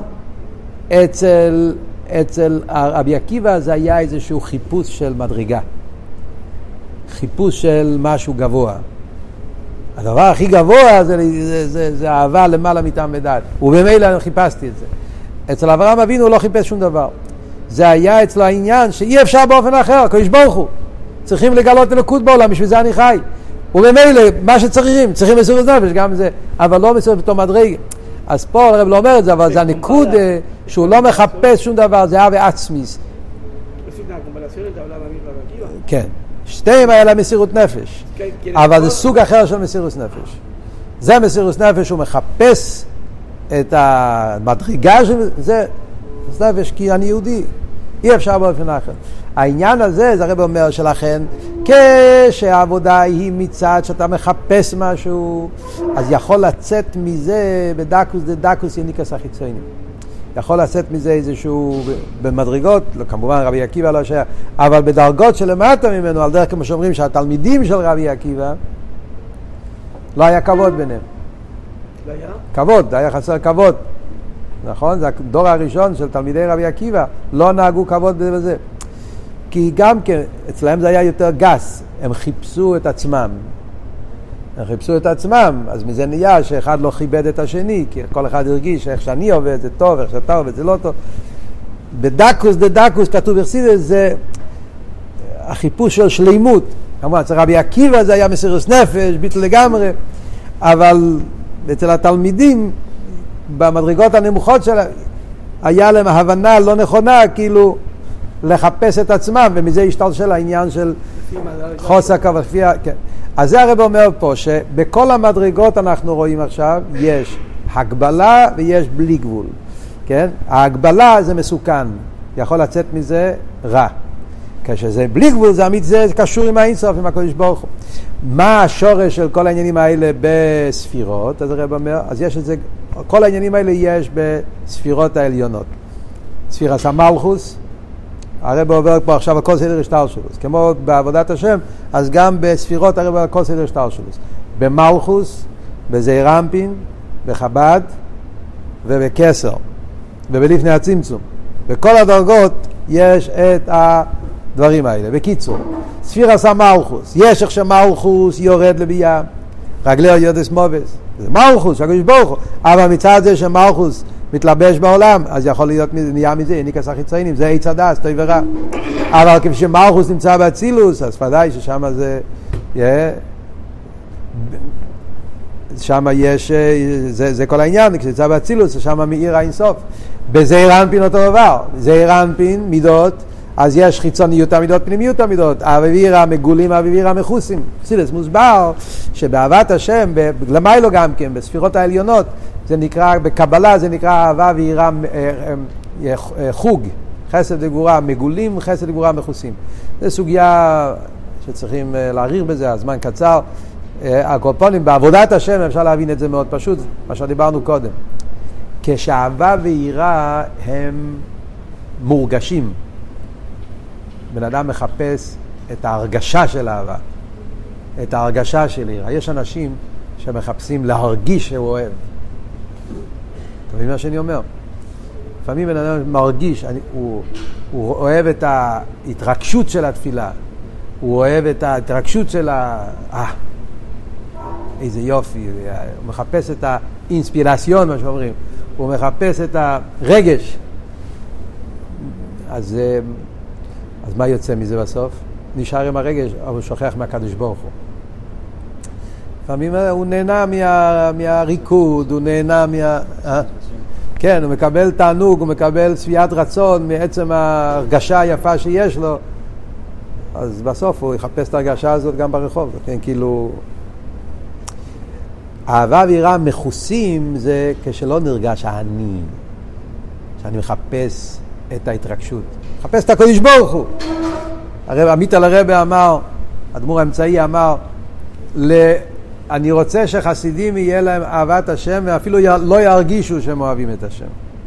אצל רבי עקיבא זה היה איזשהו חיפוש של מדרגה. חיפוש של משהו גבוה. הדבר הכי גבוה זה אהבה למעלה מטעם ודעת. ובמילא חיפשתי את זה. אצל אברהם אבינו הוא לא חיפש שום דבר. זה היה אצלו העניין שאי אפשר באופן אחר, הקדוש ברוך הוא. צריכים לגלות אלוקות בעולם, בשביל זה אני חי. ובמילא, מה צריכים מסירות נפש, גם זה, אבל לא מסירות בתור מדרגה. אז פה הרב לא אומר את זה, אבל זה הניקוד שהוא לא מחפש שום דבר, זה אהבה עצמיס. כן, שתיים היה לה מסירות נפש, אבל זה סוג אחר של מסירות נפש. זה מסירות נפש, הוא מחפש את המדרגה של זה, נפש, כי אני יהודי, אי אפשר באופן אחר. העניין הזה, זה הרב אומר שלכן, כשהעבודה היא מצד שאתה מחפש משהו, אז יכול לצאת מזה בדקוס יניקס החיצוני. יכול לצאת מזה איזשהו במדרגות, כמובן רבי עקיבא לא שהיה, אבל בדרגות שלמטה ממנו, על דרך כמו שאומרים שהתלמידים של רבי עקיבא, לא היה כבוד ביניהם. לא היה? כבוד, היה חסר כבוד. נכון? זה הדור הראשון של תלמידי רבי עקיבא, לא נהגו כבוד בזה. כי גם כן, אצלהם זה היה יותר גס, הם חיפשו את עצמם. אז מזה נהיה שאחד לא כיבד את השני, כי כל אחד הרגיש איך שאני עובד זה טוב, איך שאתה עובד זה לא טוב. בדקוס דדקוס כתוב בחסידות, זה החיפוש של שלימות. כמובן, אצל רבי עקיבא זה היה מסירות נפש, ביטל לגמרי, אבל אצל התלמידים, במדרגות הנמוכות שלהם, היה להם הבנה לא נכונה, כאילו לחפש את עצמם, ומזה השתלשל העניין של חוסר כבוד. כן. אז זה הרב אומר פה, שבכל המדרגות אנחנו רואים עכשיו, יש הגבלה ויש בלי גבול. כן? ההגבלה זה מסוכן, יכול לצאת מזה רע. כשזה בלי גבול, זה קשור עם האינסוף, עם הקדוש ברוך הוא. מה השורש של כל העניינים האלה בספירות? אז הרב אומר, אז יש את זה, כל העניינים האלה יש בספירות העליונות. ספירת המלכוס, הרב עובר פה עכשיו על כל סדר השתלשלות. כמו בעבודת השם, אז גם בספירות הרב עובר על כל סדר השתלשלות. במלכוס, בזעיר אנפין, בחב"ד ובקסר, ובלפני הצמצום. בכל הדרגות יש את הדברים האלה. בקיצור, ספירת המלכוס, יש איך שמלכוס יורד לביאה, רגלי יודס מובס. זה מלכוס, הקדוש ברוך הוא. אבל מצד זה שמלכוס מתלבש בעולם, אז יכול להיות נהיה מזה, ניקס החיציינים, זה עץ הדס, טוב ורע. אבל כשמלכוס נמצא באצילוס, אז ודאי ששם זה, שם יש, זה כל העניין, כשנמצא באצילוס, שם מאיר האינסוף. בזעיר אנפין אותו דבר, זעיר אנפין, מידות, אז יש חיצוניות המידות, פנימיות המידות, האוויר המגולים, האוויר המחוסים. חסידות מוסבר שבאהבת השם, למיילו גם כן, בספירות העליונות, זה נקרא, בקבלה זה נקרא אהבה ויראה חוג, חסד וגבורה מגולים, חסד וגבורה מחוסים. זו סוגיה שצריכים להעריך בזה, הזמן קצר. הקופונים, בעבודת השם אפשר להבין את זה מאוד פשוט, מה שדיברנו קודם. כשאהבה ויראה הם מורגשים, בן אדם מחפש את ההרגשה של אהבה, את ההרגשה של יראה. יש אנשים שמחפשים להרגיש שהוא אוהב. אתה מבין מה שאני אומר? לפעמים בן אדם מרגיש, הוא אוהב את ההתרגשות של התפילה, הוא אוהב את ההתרגשות של איזה יופי, הוא מחפש את האינספירציון, מה שאומרים, הוא מחפש את הרגש. אז מה יוצא מזה בסוף? נשאר עם הרגש, אבל הוא שוכח מהקדוש ברוך הוא. לפעמים הוא נהנה מהריקוד, הוא נהנה כן, הוא מקבל תענוג, הוא מקבל שביעת רצון מעצם ההרגשה היפה שיש לו, אז בסוף הוא יחפש את ההרגשה הזאת גם ברחוב. כן, כאילו, אהבה ויראה מחוסים זה כשלא נרגש אני, שאני מחפש את ההתרגשות, מחפש את הקדוש ברוך הוא. עמית על הרב אמר, אדמו"ר האמצעי אמר, אני רוצה שחסידים יהיה להם אהבת השם ואפילו לא ירגישו שהם אוהבים את השם.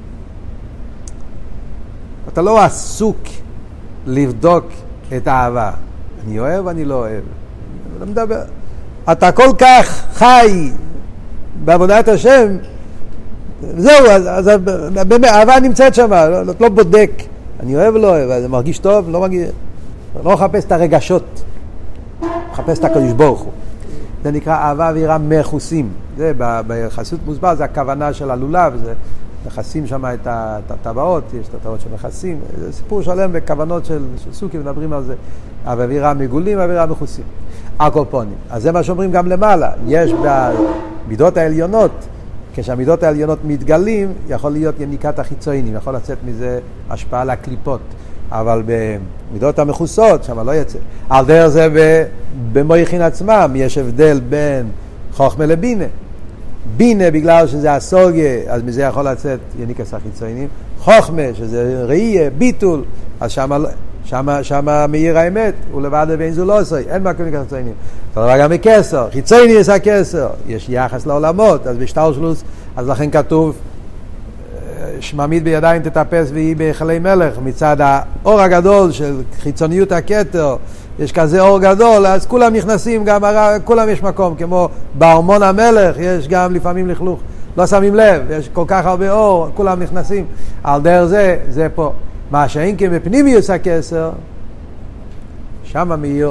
אתה לא עסוק לבדוק את האהבה, אני אוהב, אני לא אוהב, לא מדבר. אתה כל כך חי בעבודת השם, זהו, אז האהבה נמצאת שם, לא בודק, אני אוהב או לא אוהב, זה מרגיש טוב, לא מחפש את הרגשות, מחפש את הקדוש ברוך הוא. זה נקרא אהבה ויראה מחוסים. זה ביחסות מוסבר, זה הכוונה של הלולב, זה מכסים שם את הטבעות, יש את הטבעות שמכסים, זה סיפור שלם בכוונות של סוכי, מדברים על זה. אהבה ויראה מגולים, אהבה ויראה מחוסים. הקופונים. אז זה מה שאומרים גם למעלה. יש במידות העליונות, כשהמידות העליונות מתגלים, יכול להיות יניקת החיצונים, יכול לצאת מזה השפעה לקליפות. אבל במידות המחוסות, שם לא יצא. על דרך זה במויכין עצמם, יש הבדל בין חוכמה לבינה. בינה, בגלל שזה הסוגיה, אז מזה יכול לצאת יניקת החיצונים. חוכמה, שזה ראייה, ביטול, אז שמה מאיר האמת, הוא לבד ואין זו לא עושה, אין מקום יניקת החיצונים. אבל גם בכסר, חיצוני יש הכסר, יש יחס לעולמות, אז בשטלשלוס, אז לכן כתוב, שממית בידיים תטפס והיא בהיכלי מלך. מצד האור הגדול של חיצוניות הכתר, יש כזה אור גדול, אז כולם נכנסים, גם כולם יש מקום, כמו בארמון המלך, יש גם לפעמים לכלוך, לא שמים לב, יש כל כך הרבה אור, כולם נכנסים. על דרך זה, זה פה. מה שאין כמפנימיוס הכסר, שם מאיר,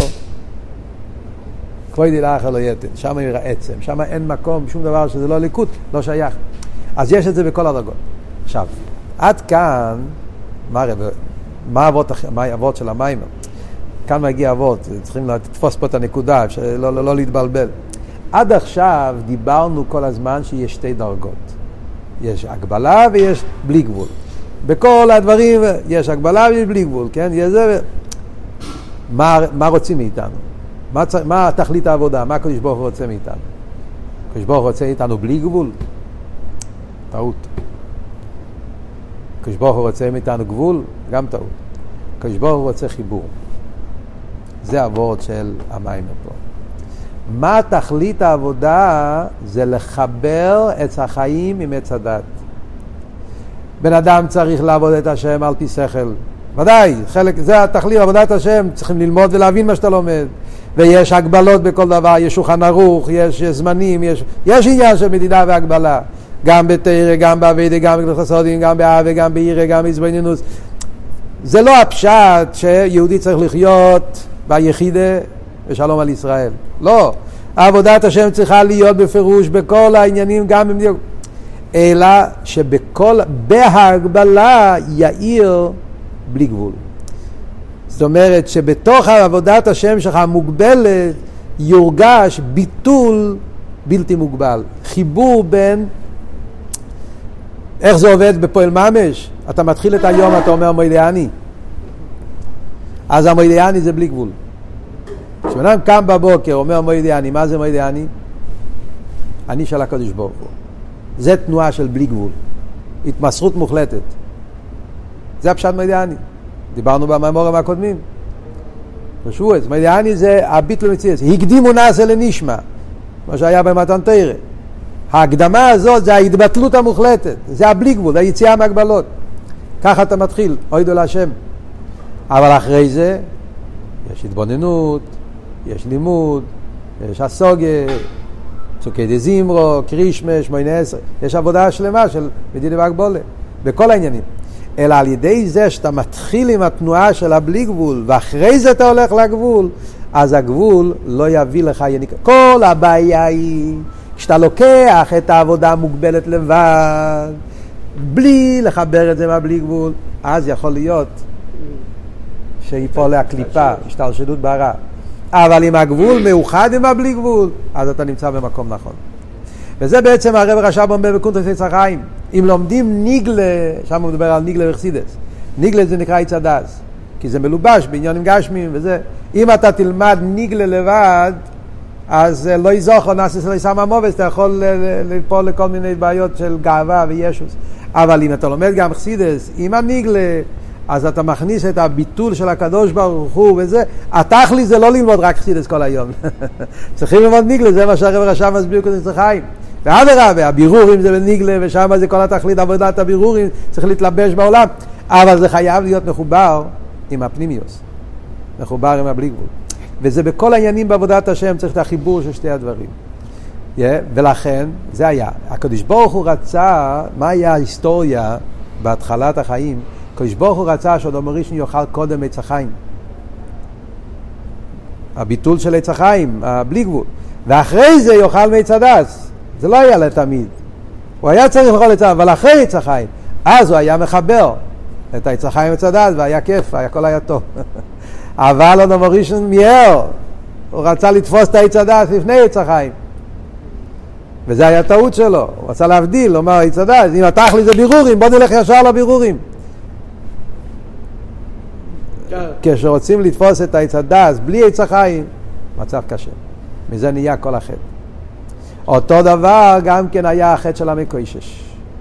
כבודי לאחר לא יתן, שם מאיר העצם, שם אין מקום, שום דבר שזה לא ליקוט, לא שייך. אז יש את זה בכל הדרגות. עכשיו, עד כאן מה האבות של המים? כאן מגיע אבות, צריכים לתפוס פה את הנקודה, לא להתבלבל. עד עכשיו דיברנו כל הזמן שיש שתי דרגות. יש הגבלה ויש בלי גבול. בכל הדברים יש הגבלה ויש בלי גבול, כן? מה רוצים מאיתנו? מה תכלית העבודה? מה הקדוש ברוך הוא רוצה מאיתנו? הקדוש ברוך הוא רוצה מאיתנו בלי גבול? טעות. הקדוש ברוך הוא רוצה מאיתנו גבול? גם טעות. הקדוש ברוך הוא רוצה חיבור. זה הוורד של המים פה. מה תכלית העבודה? זה לחבר את החיים עם עץ הדת. בן אדם צריך לעבוד את השם על פי שכל. ודאי, זה התכלית, עבודת השם, צריכים ללמוד ולהבין מה שאתה לומד. ויש הגבלות בכל דבר, יש שולחן ערוך, יש זמנים, יש עניין של מדידה והגבלה. גם בתורה, גם בעבודה, גם בחסדים, גם באהבה, גם ביראה, גם בהתבוננות. זה לא הפשט שיהודי צריך לחיות ביחידה ושלום על ישראל. לא. עבודת השם צריכה להיות בפירוש בכל העניינים, גם במדיוק. אלא בהגבלה יאיר בלי גבול. זאת אומרת שבתוך עבודת השם שלך המוגבלת יורגש ביטול בלתי מוגבל. חיבור בין, איך זה עובד בפועל ממש? אתה מתחיל את היום, אתה אומר מוידעני. אז המוידעני זה בלי גבול. כשאדם קם בבוקר אומר מוידעני, מה זה מוידעני? אני של הקדוש ברוך הוא. זה תנועה של בלי גבול. התמסרות מוחלטת. זה הפשט מוידעני. דיברנו במאמרים הקודמים. פשוט, מוידעני זה הביטול מציאות. הקדימו נעשה לנשמה. מה שהיה במתן תורה. ההקדמה הזאת זה ההתבטלות המוחלטת. זה הבלי גבול, זה היציאה מהגבלות. ככה אתה מתחיל, אוידו להשם. אבל אחרי זה, יש התבוננות, יש לימוד, יש הסוגה, צוקי דזימרו, קרישמש, מוינסר. יש עבודה שלמה של מדידה והגבולה. בכל העניינים. אלא על ידי זה שאתה מתחיל עם התנועה של הבלי גבול, ואחרי זה אתה הולך לגבול, אז הגבול לא יביא לך יניקה. כל הבעיה היא שאתה לוקח את העבודה המוגבלת לבד, בלי לחבר את זה מהבלי גבול, אז יכול להיות שיפול לה קליפה, השתלשלות ברע. אבל אם הגבול מאוחד עם הבלי גבול, אז אתה נמצא במקום נכון. וזה בעצם הרב רש"ב אומר בקונטרס עץ החיים. אם לומדים ניגלה, שם הוא מדבר על ניגלה וחסידס. ניגלה זה נקרא עץ הדס, כי זה מלובש בעניינים גשמיים וזה. אם אתה תלמד ניגלה לבד, אז לא יזוך או נעשה לא ישם המובס, אתה יכול ליפול לכל מיני בעיות של גאווה וישוס. אבל אם אתה לומד גם חסידס, עם הניגלה, אז אתה מכניס את הביטול של הקדוש ברוך הוא וזה. התכלי זה לא ללמוד רק חסידס כל היום. צריכים ללמוד ניגלה, זה מה שהרב רש"ב מסביר קונטרס החיים. ואדרבה, הבירורים זה בניגלה, ושם זה כל התכלית עבודת הבירורים, צריך להתלבש בעולם. אבל זה חייב להיות מחובר עם הפנימיוס. מחובר עם הבלי גבול. וזה בכל העניינים בעבודת השם צריך את החיבור של שתי הדברים. ולכן, זה היה. הקדוש ברוך הוא רצה, מה היה ההיסטוריה בהתחלת החיים? הקדוש ברוך הוא רצה שאדם הראשון יאכל קודם עץ החיים. הביטול של עץ החיים, הבלי גבול. ואחרי זה יאכל מעץ הדס. זה לא היה לתמיד. הוא היה צריך לאכול עץ החיים, אבל אחרי עץ החיים. אז הוא היה מחבר את העץ החיים ועץ הדס, והיה כיף, הכל היה טוב. אבל אדם הראשון מיהר. הוא רצה לתפוס את העץ הדס לפני עץ החיים. וזה היה טעות שלו. הוא רצה להבדיל, לומר עץ הדס. אם התכלי זה בירורים, בוא נלך ישר לבירורים. כשרוצים לתפוס את העץ הדס בלי עץ החיים, מצב קשה. מזה נהיה כל החטא. אותו דבר גם כן היה החטא של המקוישש.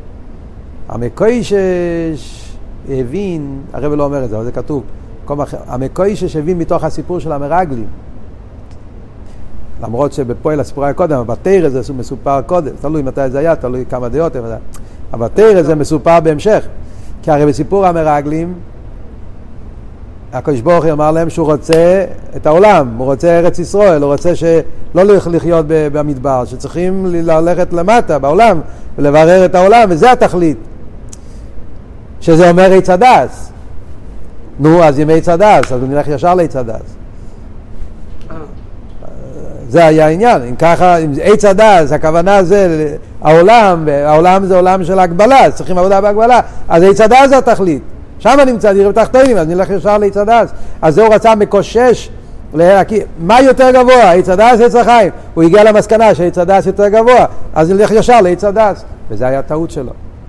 המקוישש הבין, הרב לא אומר את זה, אבל זה כתוב, המקוישש הבין מתוך הסיפור של המרגלים. למרות שבפועל הסיפור היה קודם, אבל בתורה זה מסופר קודם, תלוי מתי זה היה, תלוי כמה דעות, אבל בתורה זה מסופר בהמשך. כי הרי בסיפור המרגלים, הקדוש ברוך הוא אמר להם שהוא רוצה את העולם, הוא רוצה ארץ ישראל, הוא רוצה שלא לחיות במדבר, שצריכים ללכת למטה בעולם ולברר את העולם, וזה התכלית. שזה אומר עץ הדס. נו, אז אם עץ הדס, אז נלך ישר לעץ הדס. זה היה העניין. אם ככה, אם עץ הדס, הכוונה זה העולם, והעולם זה עולם של הגבלה, אז צריכים עבודה בהגבלה, אז עץ הדס זה התכלית. שם נמצא דירה בתחתונים, אז נלך ישר לעץ הדס. אז זה הוא רצה מקושש, מה יותר גבוה, עץ הדס, עץ החיים? הוא הגיע למסקנה שעץ הדס יותר גבוה, אז נלך ישר לעץ הדס. וזה היה טעות שלו.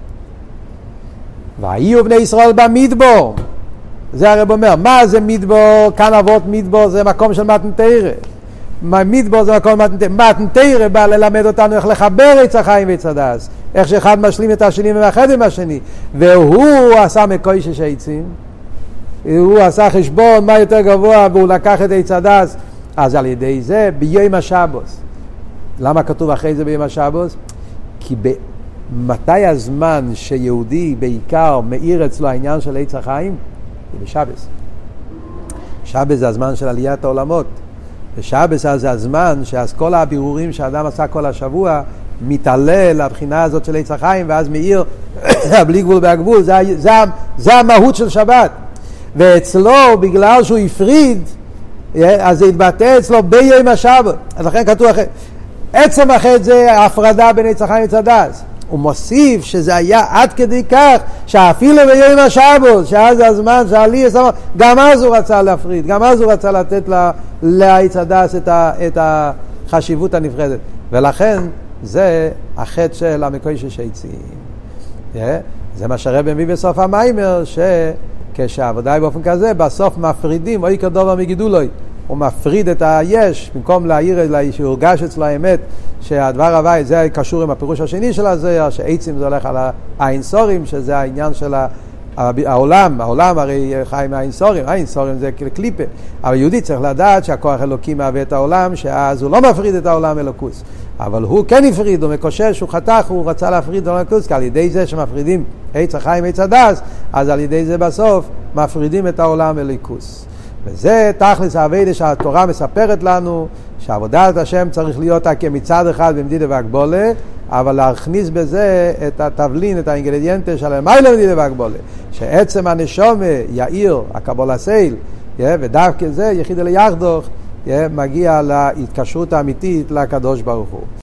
והיו בני ישראל במדבור. זה הרב אומר, מה זה מדבור? כאן אבות מדבור זה מקום של מתן תורה. מדבור זה מקום מתן תורה. מתן תורה בא ללמד אותנו איך לחבר עץ החיים ועץ הדס. איך שאחד משלים את השני ומאחד עם השני. והוא עשה מקושש עצים. הוא עשה חשבון מה יותר גבוה והוא לקח את עץ הדס. אז על ידי זה ביום השבוס. למה כתוב אחרי זה ביום השבוס? כי מתי הזמן שיהודי בעיקר מאיר אצלו העניין של עץ החיים? זה בשבס. שבס זה הזמן של עליית העולמות. בשבס זה הזמן שאז כל הבירורים שהאדם עשה כל השבוע מתעלה לבחינה הזאת של עץ החיים ואז מאיר בלי גבול והגבול. זה המהות של שבת. ואצלו בגלל שהוא הפריד אז זה התבטא אצלו ביום השבת. אז לכן כתוב אחרי עצם אחרי זה ההפרדה בין עץ החיים ועץ הדס. הוא מוסיף שזה היה עד כדי כך שאפילו ביום השבת שאז הזמן שעלי גם אז הוא רצה להפריד, גם אז הוא רצה לתת לעץ הדס את החשיבות הנפרדת. ולכן זה החטא של המקושש עצים. זה מה שהרב מביא בסוף המיימר, שכשהעבודה היא באופן כזה בסוף מפרידים אוי כדובר מגידולוי. הוא מפריד את היש, במקום להעיר שהורגש אצלו האמת שהדבר הבא, זה קשור עם הפירוש השני של הזה, שעצים זה הולך על האינסורים, שזה העניין של העולם הרי חי מהאינסורים, האינסורים זה קליפה, אבל יהודי צריך לדעת שהכוח אלוקי מהווה את העולם, שאז הוא לא מפריד את העולם אלוקוס, אבל הוא כן הפריד, הוא מקושש, הוא חתך, הוא רצה להפריד את העולם אלוקוס, כי על ידי זה שמפרידים עץ החיים עץ הדס, אז על ידי זה בסוף מפרידים את העולם אלוקוס. וזה תכלס העבודה שהתורה מספרת לנו, שעבודת השם צריך להיות כמצד אחד במדידה והגבולה, אבל להכניס בזה את התבלין, את האינגרדיאנטה של המיילה במדידה והגבולה, שעצם הנשומה יאיר, הקבולה סייל, ודווקא זה יחיד אל יחדוך, מגיע להתקשרות האמיתית לקדוש ברוך הוא.